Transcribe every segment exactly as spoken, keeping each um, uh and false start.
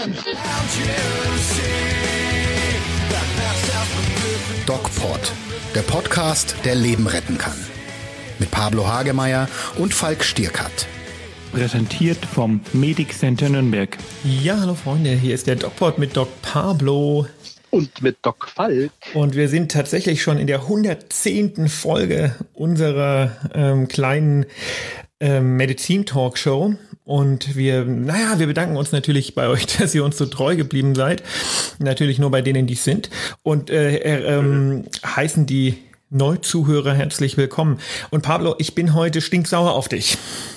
DocPod, der Podcast, der Leben retten kann. Mit Pablo Hagemeyer und Falk Stierkat. Präsentiert vom Medic Center Nürnberg. Ja, hallo Freunde, hier ist der DocPod mit Doc Pablo. Und mit Doc Falk. Und wir sind tatsächlich schon in der hundertzehnten Folge unserer ähm, kleinen ähm, Medizin-Talkshow. Und wir, naja, wir bedanken uns natürlich bei euch, dass ihr uns so treu geblieben seid. Natürlich nur bei denen, die es sind. Und äh, äh, ähm, heißen die Neuzuhörer herzlich willkommen. Und Pablo, ich bin heute stinksauer auf dich.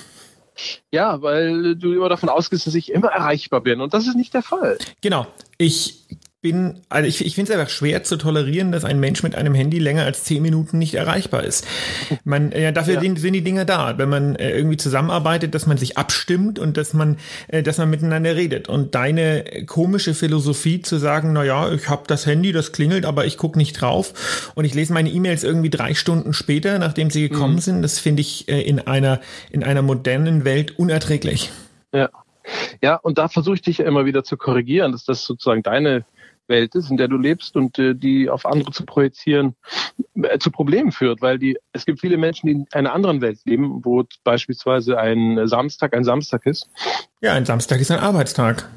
Ja, weil du immer davon ausgehst, dass ich immer erreichbar bin. Und das ist nicht der Fall. Genau. Ich bin, also ich, ich finde es einfach schwer zu tolerieren, dass ein Mensch mit einem Handy länger als zehn Minuten nicht erreichbar ist. Man, ja, dafür ja. Sind, sind die Dinge da, wenn man äh, irgendwie zusammenarbeitet, dass man sich abstimmt und dass man, äh, dass man miteinander redet. Und deine komische Philosophie zu sagen, na ja, ich habe das Handy, das klingelt, aber ich gucke nicht drauf und ich lese meine E-Mails irgendwie drei Stunden später, nachdem sie gekommen mhm. sind, das finde ich äh, in einer in einer modernen Welt unerträglich. Ja, ja, und da versuche ich dich ja immer wieder zu korrigieren, dass das sozusagen deine Welt ist, in der du lebst und äh, die auf andere zu projizieren, äh, zu Problemen führt, weil die es gibt viele Menschen, die in einer anderen Welt leben, wo beispielsweise ein Samstag ein Samstag ist. Ja, ein Samstag ist ein Arbeitstag.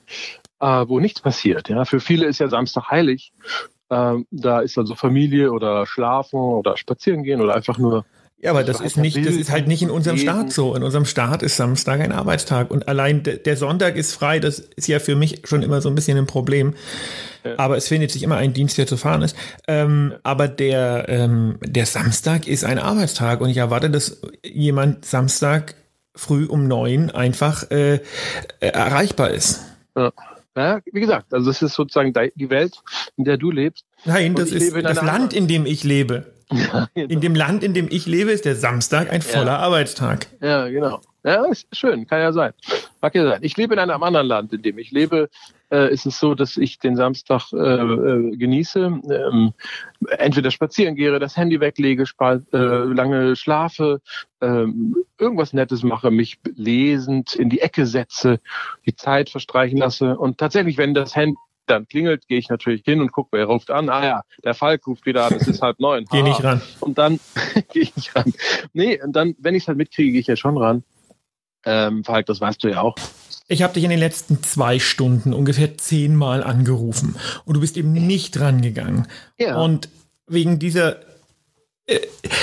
Äh, wo nichts passiert. Ja, für viele ist ja Samstag heilig. Äh, da ist also Familie oder Schlafen oder Spazieren gehen oder einfach nur. Ja, aber das ist nicht, das ist halt nicht in unserem Staat so. In unserem Staat ist Samstag ein Arbeitstag und allein der Sonntag ist frei. Das ist ja für mich schon immer so ein bisschen ein Problem. Ja. Aber es findet sich immer ein Dienst, der zu fahren ist. Ähm, ja. Aber der, ähm, der Samstag ist ein Arbeitstag und ich erwarte, dass jemand Samstag früh um neun einfach äh, erreichbar ist. Ja. Ja, wie gesagt, also das ist sozusagen die Welt, in der du lebst. Nein, das ist das Land, in dem ich lebe. Ja, genau. In dem Land, in dem ich lebe, ist der Samstag ein voller ja. Arbeitstag. Ja, genau. Ja, ist schön, kann ja sein. Mag ja sein. Ich lebe in einem anderen Land, in dem ich lebe. Äh, ist es so, dass ich den Samstag äh, äh, genieße, ähm, entweder spazieren gehe, das Handy weglege, spal- äh, lange schlafe, äh, irgendwas Nettes mache, mich lesend in die Ecke setze, die Zeit verstreichen lasse. Und tatsächlich, wenn das Handy dann klingelt, gehe ich natürlich hin und gucke, wer ruft an. Ah ja, der Falk ruft wieder an, es ist halb neun. Geh nicht ran. Und dann gehe ich nicht ran. Nee, und dann, wenn ich es halt mitkriege, gehe ich ja schon ran. Ähm, Falk, das weißt du ja auch. Ich habe dich in den letzten zwei Stunden ungefähr zehnmal angerufen und du bist eben nicht rangegangen. Ja. Und wegen dieser äh,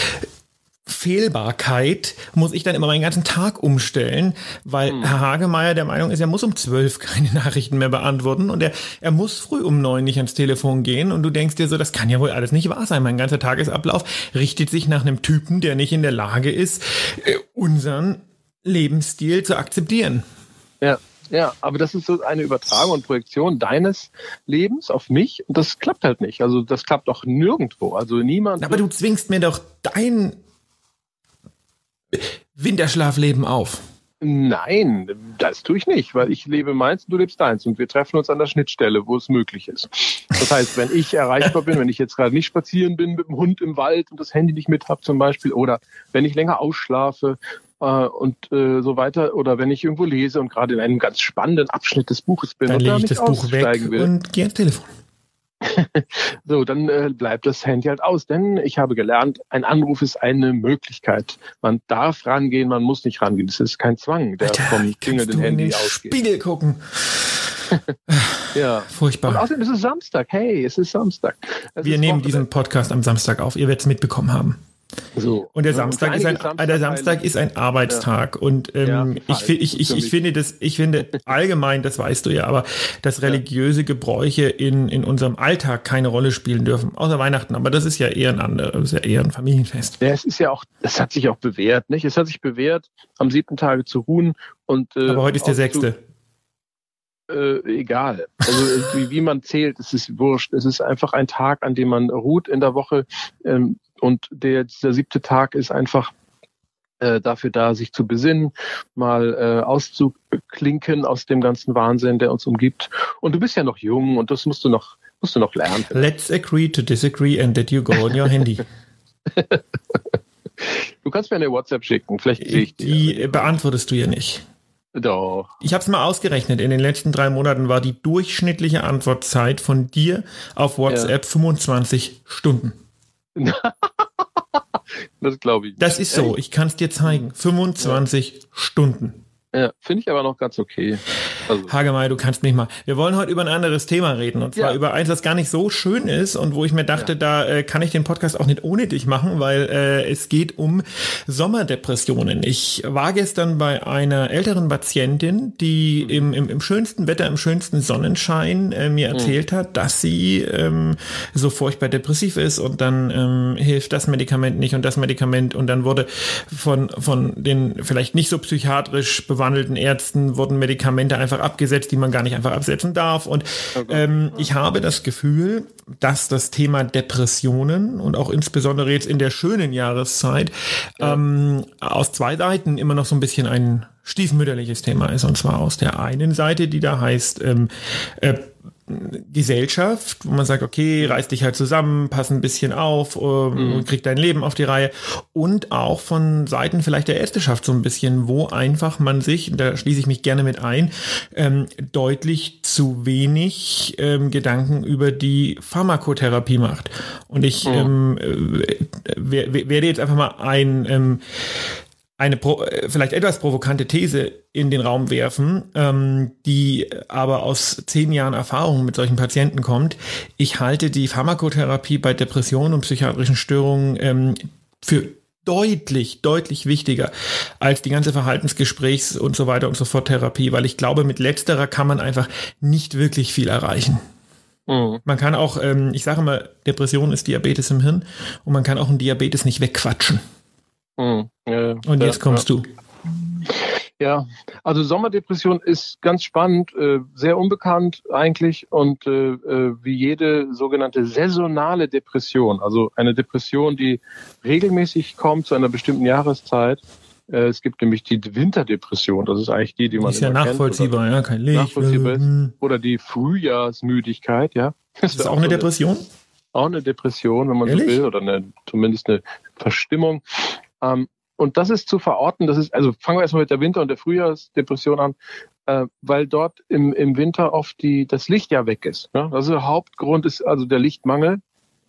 Fehlbarkeit muss ich dann immer meinen ganzen Tag umstellen, weil hm. Herr Hagemeyer der Meinung ist, er muss um zwölf keine Nachrichten mehr beantworten und er, er muss früh um neun nicht ans Telefon gehen und du denkst dir so, das kann ja wohl alles nicht wahr sein. Mein ganzer Tagesablauf richtet sich nach einem Typen, der nicht in der Lage ist, äh, unseren Lebensstil zu akzeptieren. Ja, ja, aber das ist so eine Übertragung und Projektion deines Lebens auf mich und das klappt halt nicht. Also das klappt auch nirgendwo. Also niemand. Aber du zwingst mir doch dein Winterschlafleben auf. Nein, das tue ich nicht, weil ich lebe meins und du lebst deins und wir treffen uns an der Schnittstelle, wo es möglich ist. Das heißt, wenn ich erreichbar bin, wenn ich jetzt gerade nicht spazieren bin mit dem Hund im Wald und das Handy nicht mit habe zum Beispiel oder wenn ich länger ausschlafe äh, und äh, so weiter oder wenn ich irgendwo lese und gerade in einem ganz spannenden Abschnitt des Buches bin dann und lege da ich nicht das Buch weg will. Und gehe ans Telefon. So, dann äh, bleibt das Handy halt aus, denn ich habe gelernt, ein Anruf ist eine Möglichkeit. Man darf rangehen, man muss nicht rangehen. Das ist kein Zwang, der Alter, vom klingelnden Handy in den ausgeht. Spiegel gucken. Ja, furchtbar. Und außerdem ist es Samstag. Hey, es ist Samstag. Es Wir ist nehmen Wochenende. diesen Podcast am Samstag auf. Ihr werdet es mitbekommen haben. So. Und der Samstag, ist ein, Samstag, der Samstag ist ein Arbeitstag. Ja. Und ähm, ja, ich, ich, ich, ich finde das, ich finde allgemein, das weißt du ja, aber dass religiöse Gebräuche in, in unserem Alltag keine Rolle spielen dürfen, außer Weihnachten. Aber das ist ja eher ein anderes, das ist ja eher ein Familienfest. Ja, es ist ja auch, es hat sich auch bewährt, nicht? Es hat sich bewährt, am siebten Tage zu ruhen und äh, aber heute ist der sechste. Äh, egal. Also wie, wie man zählt, es ist wurscht. Es ist einfach ein Tag, an dem man ruht in der Woche. Ähm, und der, dieser siebte Tag ist einfach äh, dafür da, sich zu besinnen, mal äh, auszuklinken aus dem ganzen Wahnsinn, der uns umgibt. Und du bist ja noch jung und das musst du noch, musst du noch lernen. Let's agree to disagree and that you go on your handy. Du kannst mir eine WhatsApp schicken, vielleicht sehe ich die. Die beantwortest du ja nicht. Doch. Ich habe es mal ausgerechnet. In den letzten drei Monaten war die durchschnittliche Antwortzeit von dir auf WhatsApp ja. fünfundzwanzig Stunden. Das glaube ich. Das ist so. Ich kann es dir zeigen. fünfundzwanzig ja. Stunden. Ja, finde ich aber noch ganz okay. Also. Hagemeyer, du kannst mich mal. Wir wollen heute über ein anderes Thema reden. Und zwar ja. über eins, das gar nicht so schön ist und wo ich mir dachte, ja. da äh, kann ich den Podcast auch nicht ohne dich machen, weil äh, es geht um Sommerdepressionen. Ich war gestern bei einer älteren Patientin, die mhm. im, im, im schönsten Wetter, im schönsten Sonnenschein äh, mir erzählt mhm. hat, dass sie ähm, so furchtbar depressiv ist und dann ähm, hilft das Medikament nicht und das Medikament und dann wurde von, von den vielleicht nicht so psychiatrisch bewandelten Ärzten wurden Medikamente einfach abgesetzt, die man gar nicht einfach absetzen darf. Und ähm, ich habe das Gefühl, dass das Thema Depressionen und auch insbesondere jetzt in der schönen Jahreszeit ja. ähm, aus zwei Seiten immer noch so ein bisschen ein stiefmütterliches Thema ist. Und zwar aus der einen Seite, die da heißt ähm, äh, Gesellschaft, wo man sagt, okay, reiß dich halt zusammen, pass ein bisschen auf, ähm, mhm. krieg dein Leben auf die Reihe. Und auch von Seiten vielleicht der Ärzteschaft so ein bisschen, wo einfach man sich, da schließe ich mich gerne mit ein, ähm, deutlich zu wenig ähm, Gedanken über die Pharmakotherapie macht. Und ich mhm. ähm, äh, werde jetzt einfach mal ein ähm, eine pro, vielleicht etwas provokante These in den Raum werfen, ähm, die aber aus zehn Jahren Erfahrung mit solchen Patienten kommt. Ich halte die Pharmakotherapie bei Depressionen und psychiatrischen Störungen ähm, für deutlich, deutlich wichtiger als die ganze Verhaltensgesprächs- und so weiter und so fort Therapie, weil ich glaube, mit letzterer kann man einfach nicht wirklich viel erreichen. Mhm. Man kann auch, ähm, ich sage immer, Depression ist Diabetes im Hirn und man kann auch einen Diabetes nicht wegquatschen. Mhm. Ja, und jetzt ja, kommst ja. du. Ja, also Sommerdepression ist ganz spannend, äh, sehr unbekannt eigentlich und äh, wie jede sogenannte saisonale Depression, also eine Depression, die regelmäßig kommt zu einer bestimmten Jahreszeit. Äh, es gibt nämlich die Winterdepression, das ist eigentlich die, die man ist ja nachvollziehbar, kennt, ja, kein Licht. Nachvollziehbar ist. Oder die Frühjahrsmüdigkeit, ja. Das ist das auch eine so Depression? Eine, auch eine Depression, wenn man Ehrlich? so will, oder eine, zumindest eine Verstimmung. Ähm, und das ist zu verorten, das ist, also fangen wir erstmal mit der Winter- und der Frühjahrsdepression an, äh, weil dort im, im Winter oft die, das Licht ja weg ist. Ne? Also der Hauptgrund ist also der Lichtmangel.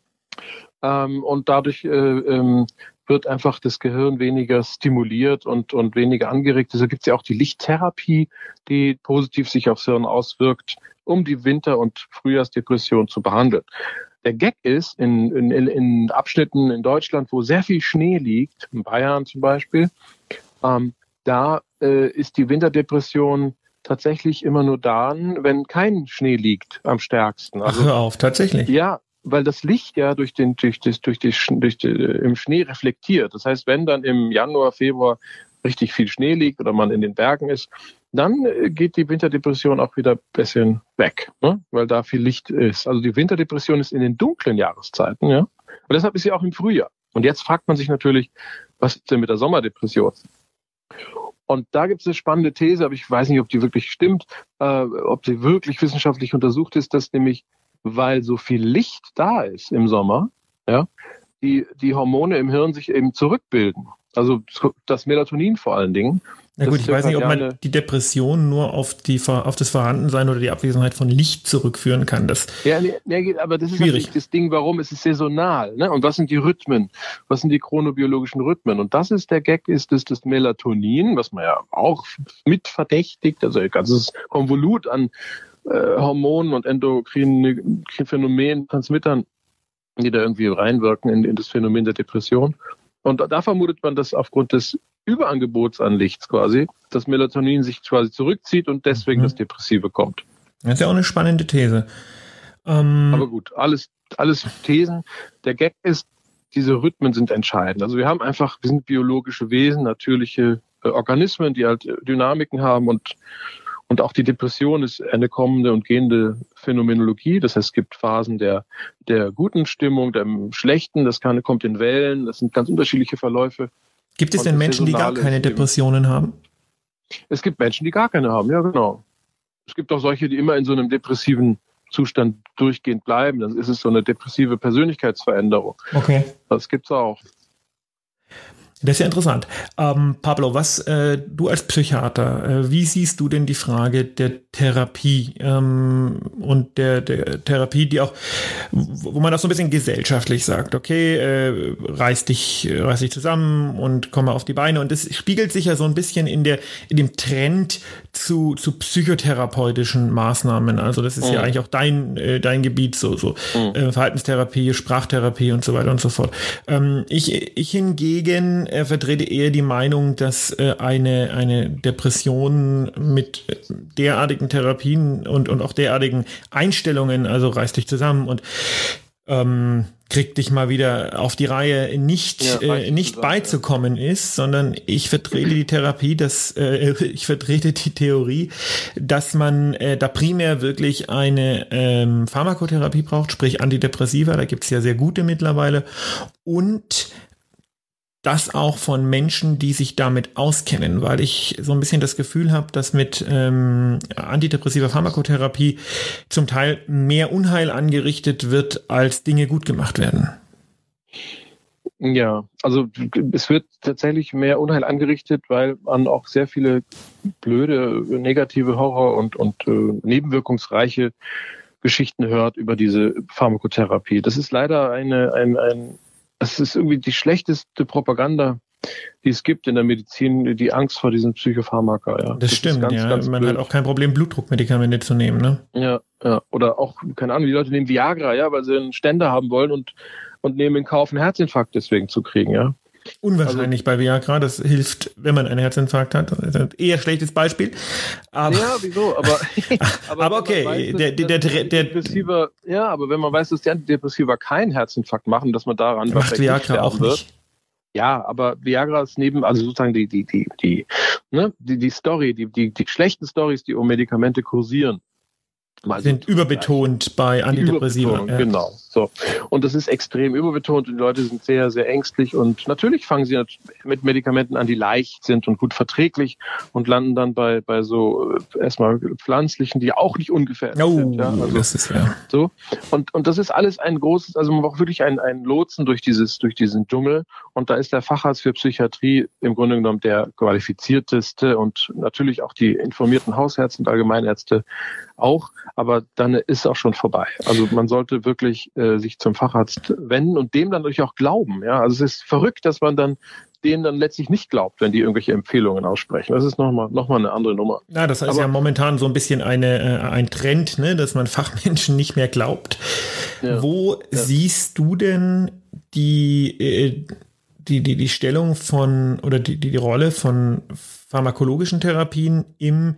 Ähm, und dadurch äh, ähm, wird einfach das Gehirn weniger stimuliert und, und weniger angeregt. Deshalb gibt es ja auch die Lichttherapie, die positiv sich aufs Hirn auswirkt, um die Winter- und Frühjahrsdepression zu behandeln. Der Gag ist, in, in, in Abschnitten in Deutschland, wo sehr viel Schnee liegt, in Bayern zum Beispiel, ähm, da äh, ist die Winterdepression tatsächlich immer nur dann, wenn kein Schnee liegt, am stärksten. Also, ach, hör auf, tatsächlich? Ja, weil das Licht ja durch den, durch das, durch die, durch die, im Schnee reflektiert. Das heißt, wenn dann im Januar, Februar richtig viel Schnee liegt oder man in den Bergen ist, dann geht die Winterdepression auch wieder ein bisschen weg, ne? Weil da viel Licht ist. Also die Winterdepression ist in den dunklen Jahreszeiten, ja. Und deshalb ist sie auch im Frühjahr. Und jetzt fragt man sich natürlich, was ist denn mit der Sommerdepression? Und da gibt es eine spannende These, aber ich weiß nicht, ob die wirklich stimmt, äh, ob sie wirklich wissenschaftlich untersucht ist, dass nämlich, weil so viel Licht da ist im Sommer, ja, die, die Hormone im Hirn sich eben zurückbilden. Also das Melatonin vor allen Dingen. Na gut, ich weiß nicht, ob man die Depression nur auf, die, auf das Vorhandensein oder die Abwesenheit von Licht zurückführen kann. Das ja, nee, nee, aber das ist schwierig. Natürlich das Ding, warum ist es saisonal? Ne? Und was sind die Rhythmen? Was sind die chronobiologischen Rhythmen? Und das ist der Gag, ist das, das Melatonin, was man ja auch mit verdächtigt, also ein ganzes Konvolut an äh, Hormonen und endokrinen Phänomenen, Transmittern, die da irgendwie reinwirken in, in das Phänomen der Depression. Und da vermutet man, dass aufgrund des Überangebots an Licht quasi das Melatonin sich quasi zurückzieht und deswegen mhm. das Depressive kommt. Das ist ja auch eine spannende These. Ähm Aber gut, alles, alles Thesen. Der Gag ist, diese Rhythmen sind entscheidend. Also wir haben einfach, wir sind biologische Wesen, natürliche äh, Organismen, die halt Dynamiken haben und Und auch die Depression ist eine kommende und gehende Phänomenologie. Das heißt, es gibt Phasen der, der guten Stimmung, der schlechten. Das kann, kommt in Wellen. Das sind ganz unterschiedliche Verläufe. Gibt es denn Menschen, die gar keine Depressionen haben? Es gibt Menschen, die gar keine haben, ja genau. Es gibt auch solche, die immer in so einem depressiven Zustand durchgehend bleiben. Dann ist es so eine depressive Persönlichkeitsveränderung. Okay. Das gibt's auch. Das ist ja interessant. Ähm, Pablo, was äh, du als Psychiater, äh, wie siehst du denn die Frage der Therapie ähm, und der, der Therapie, die auch, wo man auch so ein bisschen gesellschaftlich sagt, okay, äh, reiß dich, reiß dich zusammen und komme auf die Beine. Und das spiegelt sich ja so ein bisschen in der in dem Trend zu zu psychotherapeutischen Maßnahmen. Also das ist mhm. ja eigentlich auch dein äh, dein Gebiet, so so mhm. äh, Verhaltenstherapie, Sprachtherapie und so weiter und so fort. Ähm, ich ich hingegen Er vertrete eher die Meinung, dass äh, eine, eine Depression mit derartigen Therapien und, und auch derartigen Einstellungen, also reiß dich zusammen und ähm, krieg dich mal wieder auf die Reihe, nicht, ja, äh, nicht zusammen, beizukommen ja. ist, sondern ich vertrete die Therapie, dass, äh, ich vertrete die Theorie, dass man äh, da primär wirklich eine ähm, Pharmakotherapie braucht, sprich Antidepressiva, da gibt es ja sehr gute mittlerweile, und das auch von Menschen, die sich damit auskennen, weil ich so ein bisschen das Gefühl habe, dass mit ähm, antidepressiver Pharmakotherapie zum Teil mehr Unheil angerichtet wird, als Dinge gut gemacht werden. Ja, also es wird tatsächlich mehr Unheil angerichtet, weil man auch sehr viele blöde, negative Horror- und, und äh, nebenwirkungsreiche Geschichten hört über diese Pharmakotherapie. Das ist leider eine, ein, ein Es ist irgendwie die schlechteste Propaganda, die es gibt in der Medizin, die Angst vor diesen Psychopharmaka. Ja. Das, das stimmt, ganz, ja. Ganz Man blöd. Hat auch kein Problem, Blutdruckmedikamente zu nehmen, ne? Ja, ja. Oder auch, keine Ahnung, die Leute nehmen Viagra, ja, weil sie einen Ständer haben wollen und, und nehmen in Kauf, einen Herzinfarkt deswegen zu kriegen, ja. Unwahrscheinlich also, bei Viagra, das hilft, wenn man einen Herzinfarkt hat. Das ist ein eher schlechtes Beispiel. Aber, ja, wieso? Aber, aber, aber okay, weiß, der, der, der, der, der ja, aber wenn man weiß, dass die Antidepressiva keinen Herzinfarkt machen, dass man daran macht Viagra auch wird. Nicht. Ja, aber Viagra ist neben, also sozusagen die, die, die, die, ne, die, die Story, die, die, die schlechten Stories, die um Medikamente kursieren, Mal sind so überbetont bei Antidepressiva. Ja. Genau. So. Und das ist extrem überbetont und die Leute sind sehr, sehr ängstlich und natürlich fangen sie mit Medikamenten an, die leicht sind und gut verträglich und landen dann bei, bei so erstmal pflanzlichen, die auch nicht ungefährlich oh, sind. Ja, also, das ist ja. So. Und, und das ist alles ein großes, also man braucht wirklich einen, einen Lotsen durch dieses, durch diesen Dschungel und da ist der Facharzt für Psychiatrie im Grunde genommen der qualifizierteste und natürlich auch die informierten Hausärzte und Allgemeinärzte auch, aber dann ist es auch schon vorbei. Also man sollte wirklich äh, sich zum Facharzt wenden und dem dann natürlich auch glauben. Ja, also es ist verrückt, dass man dann denen dann letztlich nicht glaubt, wenn die irgendwelche Empfehlungen aussprechen. Das ist nochmal noch mal eine andere Nummer. Ja, das ist aber ja momentan so ein bisschen eine, äh, ein Trend, ne, dass man Fachmenschen nicht mehr glaubt. Ja, Wo ja. siehst du denn die, äh, die, die, die Stellung von oder die, die, die Rolle von pharmakologischen Therapien im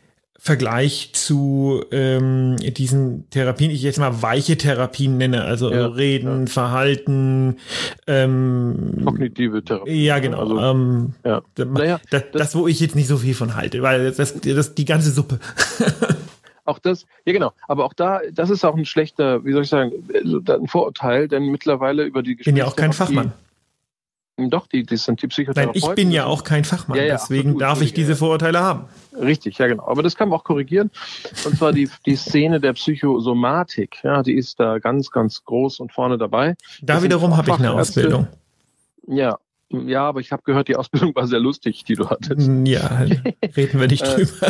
Vergleich zu ähm, diesen Therapien, ich jetzt mal weiche Therapien nenne, also ja, Reden, ja. Verhalten, ähm, kognitive Therapie. Ja, genau. Also, ähm, ja. Naja, das, das, das, wo ich jetzt nicht so viel von halte, weil das, das die ganze Suppe. Auch das, ja genau, aber auch da, das ist auch ein schlechter, wie soll ich sagen, ein Vorurteil, denn mittlerweile über die Ich bin ja auch kein Fachmann. Doch, die, die sind die Psychotherapeuten. Nein, ich bin ja auch kein Fachmann, ja, ja, deswegen absolut, darf ich diese Vorurteile haben. Richtig, ja genau. Aber das kann man auch korrigieren. Und zwar die, die Szene der Psychosomatik, ja, die ist da ganz, ganz groß und vorne dabei. Da das wiederum habe ich eine Ausbildung. Ja, ja, aber ich habe gehört, die Ausbildung war sehr lustig, die du hattest. Ja, reden wir nicht drüber.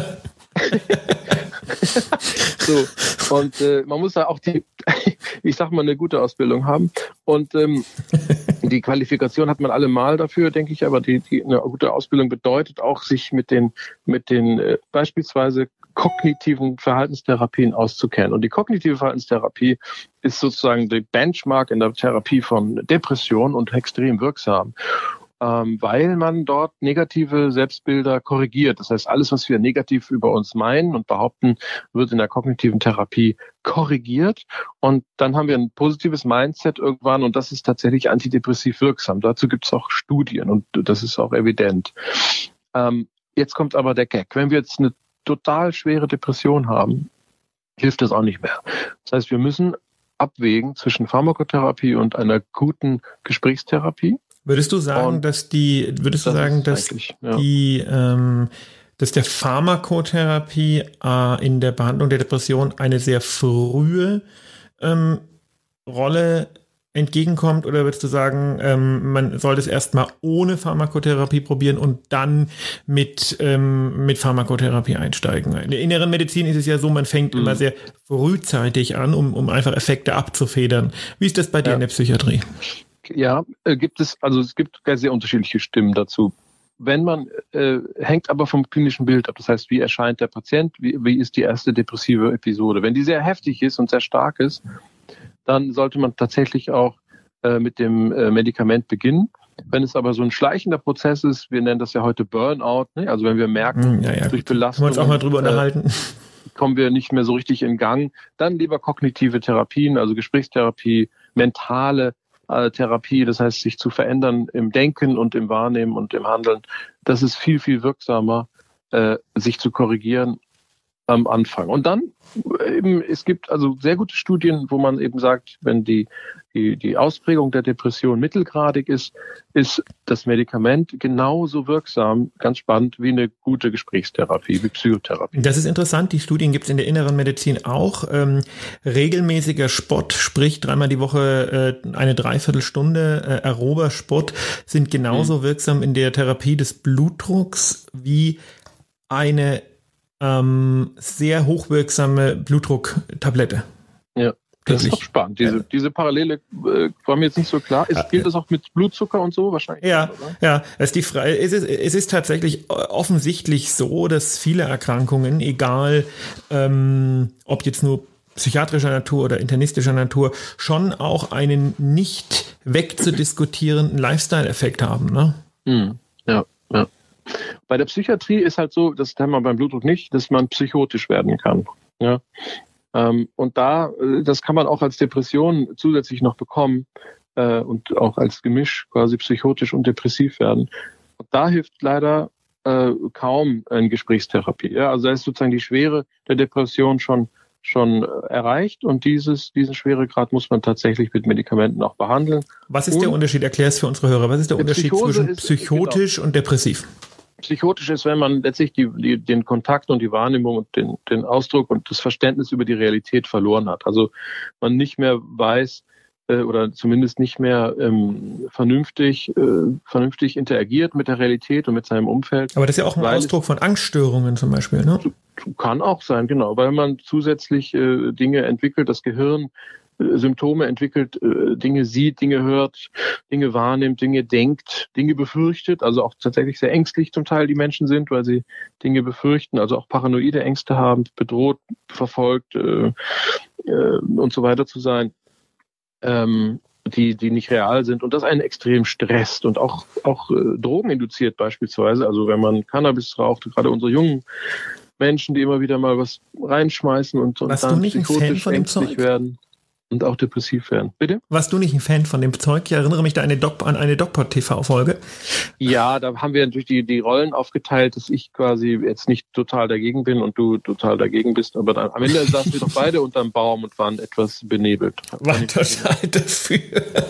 So, und äh, man muss da auch die, ich sag mal, eine gute Ausbildung haben. Und ähm, die Qualifikation hat man allemal dafür, denke ich, aber die, die eine gute Ausbildung bedeutet auch, sich mit den, mit den äh, beispielsweise kognitiven Verhaltenstherapien auszukennen. Und die kognitive Verhaltenstherapie ist sozusagen die Benchmark in der Therapie von Depression und extrem wirksam. Ähm, weil man dort negative Selbstbilder korrigiert. Das heißt, alles, was wir negativ über uns meinen und behaupten, wird in der kognitiven Therapie korrigiert. Und dann haben wir ein positives Mindset irgendwann und das ist tatsächlich antidepressiv wirksam. Dazu gibt es auch Studien und das ist auch evident. Ähm, jetzt kommt aber der Gag. Wenn wir jetzt eine total schwere Depression haben, hilft das auch nicht mehr. Das heißt, wir müssen abwägen zwischen Pharmakotherapie und einer guten Gesprächstherapie. Würdest du sagen, und dass die, würdest du das sagen, dass ja. die, ähm, dass der Pharmakotherapie äh, in der Behandlung der Depression eine sehr frühe ähm, Rolle entgegenkommt, oder würdest du sagen, ähm, man sollte es erstmal ohne Pharmakotherapie probieren und dann mit, ähm, mit Pharmakotherapie einsteigen? In der inneren Medizin ist es ja so, man fängt mhm. immer sehr frühzeitig an, um, um einfach Effekte abzufedern. Wie ist das bei dir ja. in der Psychiatrie? Ja, äh, gibt es, also es gibt sehr unterschiedliche Stimmen dazu. Wenn man, äh, hängt aber vom klinischen Bild ab. Das heißt, wie erscheint der Patient, wie, wie ist die erste depressive Episode? Wenn die sehr heftig ist und sehr stark ist, dann sollte man tatsächlich auch äh, mit dem äh, Medikament beginnen. Wenn es aber so ein schleichender Prozess ist, wir nennen das ja heute Burnout, ne? Also wenn wir merken, ja, ja, durch Belastung, können wir uns auch mal drüber äh, unterhalten, kommen wir nicht mehr so richtig in Gang, dann lieber kognitive Therapien, also Gesprächstherapie, mentale äh, Therapie, das heißt, sich zu verändern im Denken und im Wahrnehmen und im Handeln. Das ist viel, viel wirksamer, äh, sich zu korrigieren am Anfang. Und dann eben, es gibt also sehr gute Studien, wo man eben sagt, wenn die, die, die Ausprägung der Depression mittelgradig ist, ist das Medikament genauso wirksam, ganz spannend, wie eine gute Gesprächstherapie, wie Psychotherapie. Das ist interessant, die Studien gibt es in der inneren Medizin auch. Ähm, regelmäßiger Sport, sprich dreimal die Woche äh, eine Dreiviertelstunde äh, aerober Sport, sind genauso mhm. wirksam in der Therapie des Blutdrucks wie eine Ähm, sehr hochwirksame Blutdrucktablette. Ja, das ist auch spannend. Diese, diese Parallele äh, war mir jetzt nicht so klar. Ist, gilt das auch mit Blutzucker und so wahrscheinlich? Ja, oder? ja. Es ist, die Frage, es, ist, es ist tatsächlich offensichtlich so, dass viele Erkrankungen, egal ähm, ob jetzt nur psychiatrischer Natur oder internistischer Natur, schon auch einen nicht wegzudiskutierenden Lifestyle-Effekt haben. Ne? Mhm. Ja, ja. Bei der Psychiatrie ist halt so, das haben wir beim Blutdruck nicht, dass man psychotisch werden kann. Ja? Ähm, und da, das kann man auch als Depression zusätzlich noch bekommen äh, und auch als Gemisch quasi psychotisch und depressiv werden. Und da hilft leider äh, kaum eine Gesprächstherapie. Ja? Also da ist sozusagen die Schwere der Depression schon schon erreicht und dieses, diesen Schweregrad muss man tatsächlich mit Medikamenten auch behandeln. Was ist und der Unterschied? Erklär es für unsere Hörer. Was ist der, der Unterschied Psychose zwischen ist, psychotisch genau. und depressiv? Psychotisch ist, wenn man letztlich die, die, den Kontakt und die Wahrnehmung und den, den Ausdruck und das Verständnis über die Realität verloren hat. Also man nicht mehr weiß äh, oder zumindest nicht mehr ähm, vernünftig, äh, vernünftig interagiert mit der Realität und mit seinem Umfeld. Aber das ist ja auch ein Ausdruck von Angststörungen zum Beispiel, ne? Kann auch sein, genau, weil man zusätzlich äh, Dinge entwickelt, das Gehirn äh, Symptome entwickelt, äh, Dinge sieht, Dinge hört, Dinge wahrnimmt, Dinge denkt, Dinge befürchtet, also auch tatsächlich sehr ängstlich zum Teil die Menschen sind, weil sie Dinge befürchten, also auch paranoide Ängste haben, bedroht, verfolgt äh, äh, und so weiter zu sein, ähm, die die nicht real sind und das einen extrem stresst und auch auch äh, Drogen induziert beispielsweise, also wenn man Cannabis raucht, gerade unsere jungen Menschen, die immer wieder mal was reinschmeißen und, und Warst dann du nicht ein Fan von dem Zeug? Werden und auch depressiv werden. Bitte? Warst du nicht ein Fan von dem Zeug? Ich erinnere mich da eine Doc, an eine DocPod-T V-Folge. Ja, da haben wir natürlich die, die Rollen aufgeteilt, dass ich quasi jetzt nicht total dagegen bin und du total dagegen bist, aber dann, am Ende saßen wir doch beide unterm Baum und waren etwas benebelt. War total dafür.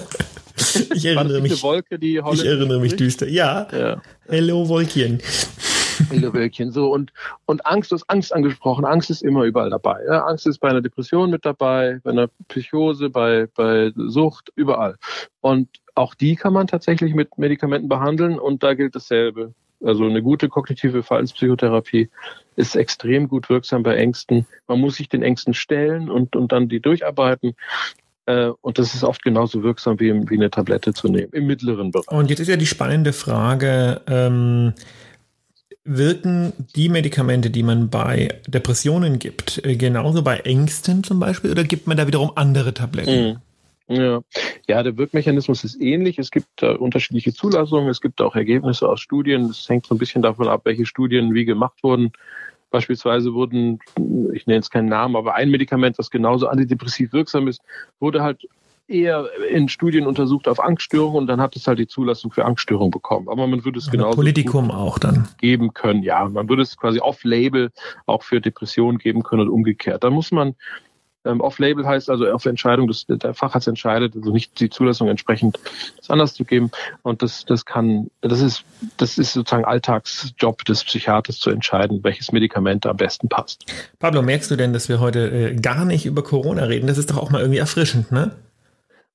Ich erinnere mich. Wolke, die ich erinnere mich düster. Ja. ja. Hello, Wolkchen. Wölkchen, so und und Angst, du hast Angst angesprochen. Angst ist immer überall dabei. Ja? Angst ist bei einer Depression mit dabei, bei einer Psychose, bei bei Sucht, überall. Und auch die kann man tatsächlich mit Medikamenten behandeln und da gilt dasselbe. Also eine gute kognitive Verhaltenspsychotherapie ist extrem gut wirksam bei Ängsten. Man muss sich den Ängsten stellen und und dann die durcharbeiten. Und das ist oft genauso wirksam wie, wie eine Tablette zu nehmen, im mittleren Bereich. Und jetzt ist ja die spannende Frage, ähm, wirken die Medikamente, die man bei Depressionen gibt, genauso bei Ängsten zum Beispiel, oder gibt man da wiederum andere Tabletten? Mhm. Ja. ja, der Wirkmechanismus ist ähnlich. Es gibt äh, unterschiedliche Zulassungen, es gibt auch Ergebnisse aus Studien. Es hängt so ein bisschen davon ab, welche Studien wie gemacht wurden. Beispielsweise wurden, ich nenne jetzt keinen Namen, aber ein Medikament, das genauso antidepressiv wirksam ist, wurde halt eher in Studien untersucht auf Angststörungen und dann hat es halt die Zulassung für Angststörungen bekommen. Aber man würde es genauso Politikum auch dann geben können. Ja, man würde es quasi off-label auch für Depressionen geben können und umgekehrt. Da muss man, ähm, off-label heißt also auf Entscheidung des, der Facharzt entscheidet, also nicht die Zulassung entsprechend das anders zu geben. Und das, das kann, das ist, das ist sozusagen Alltagsjob des Psychiaters zu entscheiden, welches Medikament am besten passt. Pablo, merkst du denn, dass wir heute äh, gar nicht über Corona reden? Das ist doch auch mal irgendwie erfrischend, ne?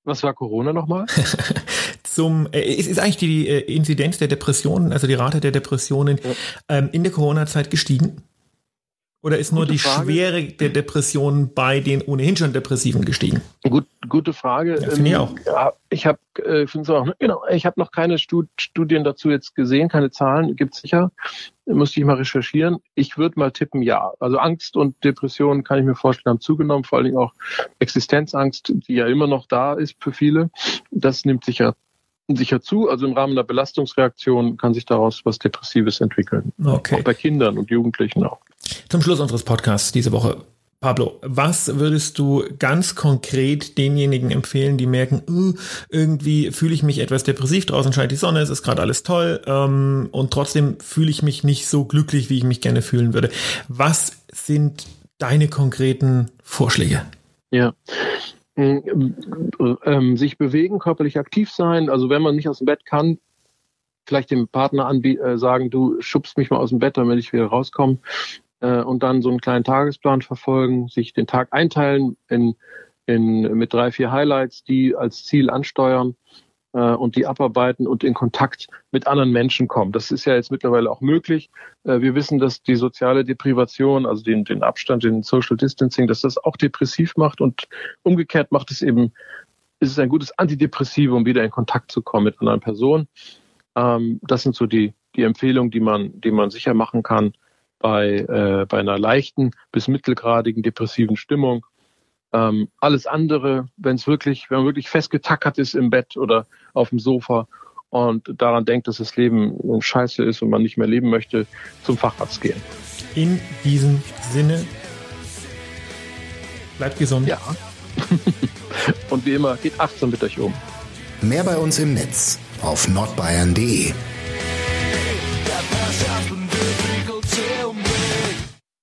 Was war Corona nochmal? Zum, äh, ist, ist eigentlich die äh, Inzidenz der Depressionen, also die Rate der Depressionen ja. ähm, in der Corona-Zeit gestiegen? Oder ist nur gute die Frage. Schwere der Depressionen bei den ohnehin schon Depressiven gestiegen? Gut, gute Frage. Ja, finde ich auch. Ja, ich habe äh, auch, genau, ich habe noch keine Stud- Studien dazu jetzt gesehen, keine Zahlen, gibt es sicher. Müsste ich mal recherchieren. Ich würde mal tippen, ja. Also Angst und Depression, kann ich mir vorstellen, haben zugenommen. Vor allen Dingen auch Existenzangst, die ja immer noch da ist für viele. Das nimmt sicher sicher zu. Also im Rahmen der Belastungsreaktion kann sich daraus was Depressives entwickeln. Okay. Auch bei Kindern und Jugendlichen auch. Zum Schluss unseres Podcasts diese Woche. Pablo, was würdest du ganz konkret denjenigen empfehlen, die merken, uh, irgendwie fühle ich mich etwas depressiv, draußen scheint die Sonne, es ist gerade alles toll ähm, und trotzdem fühle ich mich nicht so glücklich, wie ich mich gerne fühlen würde. Was sind deine konkreten Vorschläge? Ja, ähm, ähm, sich bewegen, körperlich aktiv sein. Also wenn man nicht aus dem Bett kann, vielleicht dem Partner anbie- äh, sagen, du schubst mich mal aus dem Bett, damit ich wieder rauskomme. Und dann so einen kleinen Tagesplan verfolgen, sich den Tag einteilen in, in, mit drei, vier Highlights, die als Ziel ansteuern äh, und die abarbeiten und in Kontakt mit anderen Menschen kommen. Das ist ja jetzt mittlerweile auch möglich. Äh, wir wissen, dass die soziale Deprivation, also den, den Abstand, den Social Distancing, dass das auch depressiv macht und umgekehrt macht es eben, ist es ein gutes Antidepressivum, wieder in Kontakt zu kommen mit anderen Personen. Ähm, das sind so die, die Empfehlungen, die man, die man sicher machen kann. Bei, äh, bei einer leichten bis mittelgradigen depressiven Stimmung. Ähm, alles andere, wenn es wirklich, wenn man wirklich festgetackert ist im Bett oder auf dem Sofa und daran denkt, dass das Leben scheiße ist und man nicht mehr leben möchte, zum Facharzt gehen. In diesem Sinne, bleibt gesund. Ja. Und wie immer, geht achtsam mit euch um. Mehr bei uns im Netz auf nordbayern punkt de.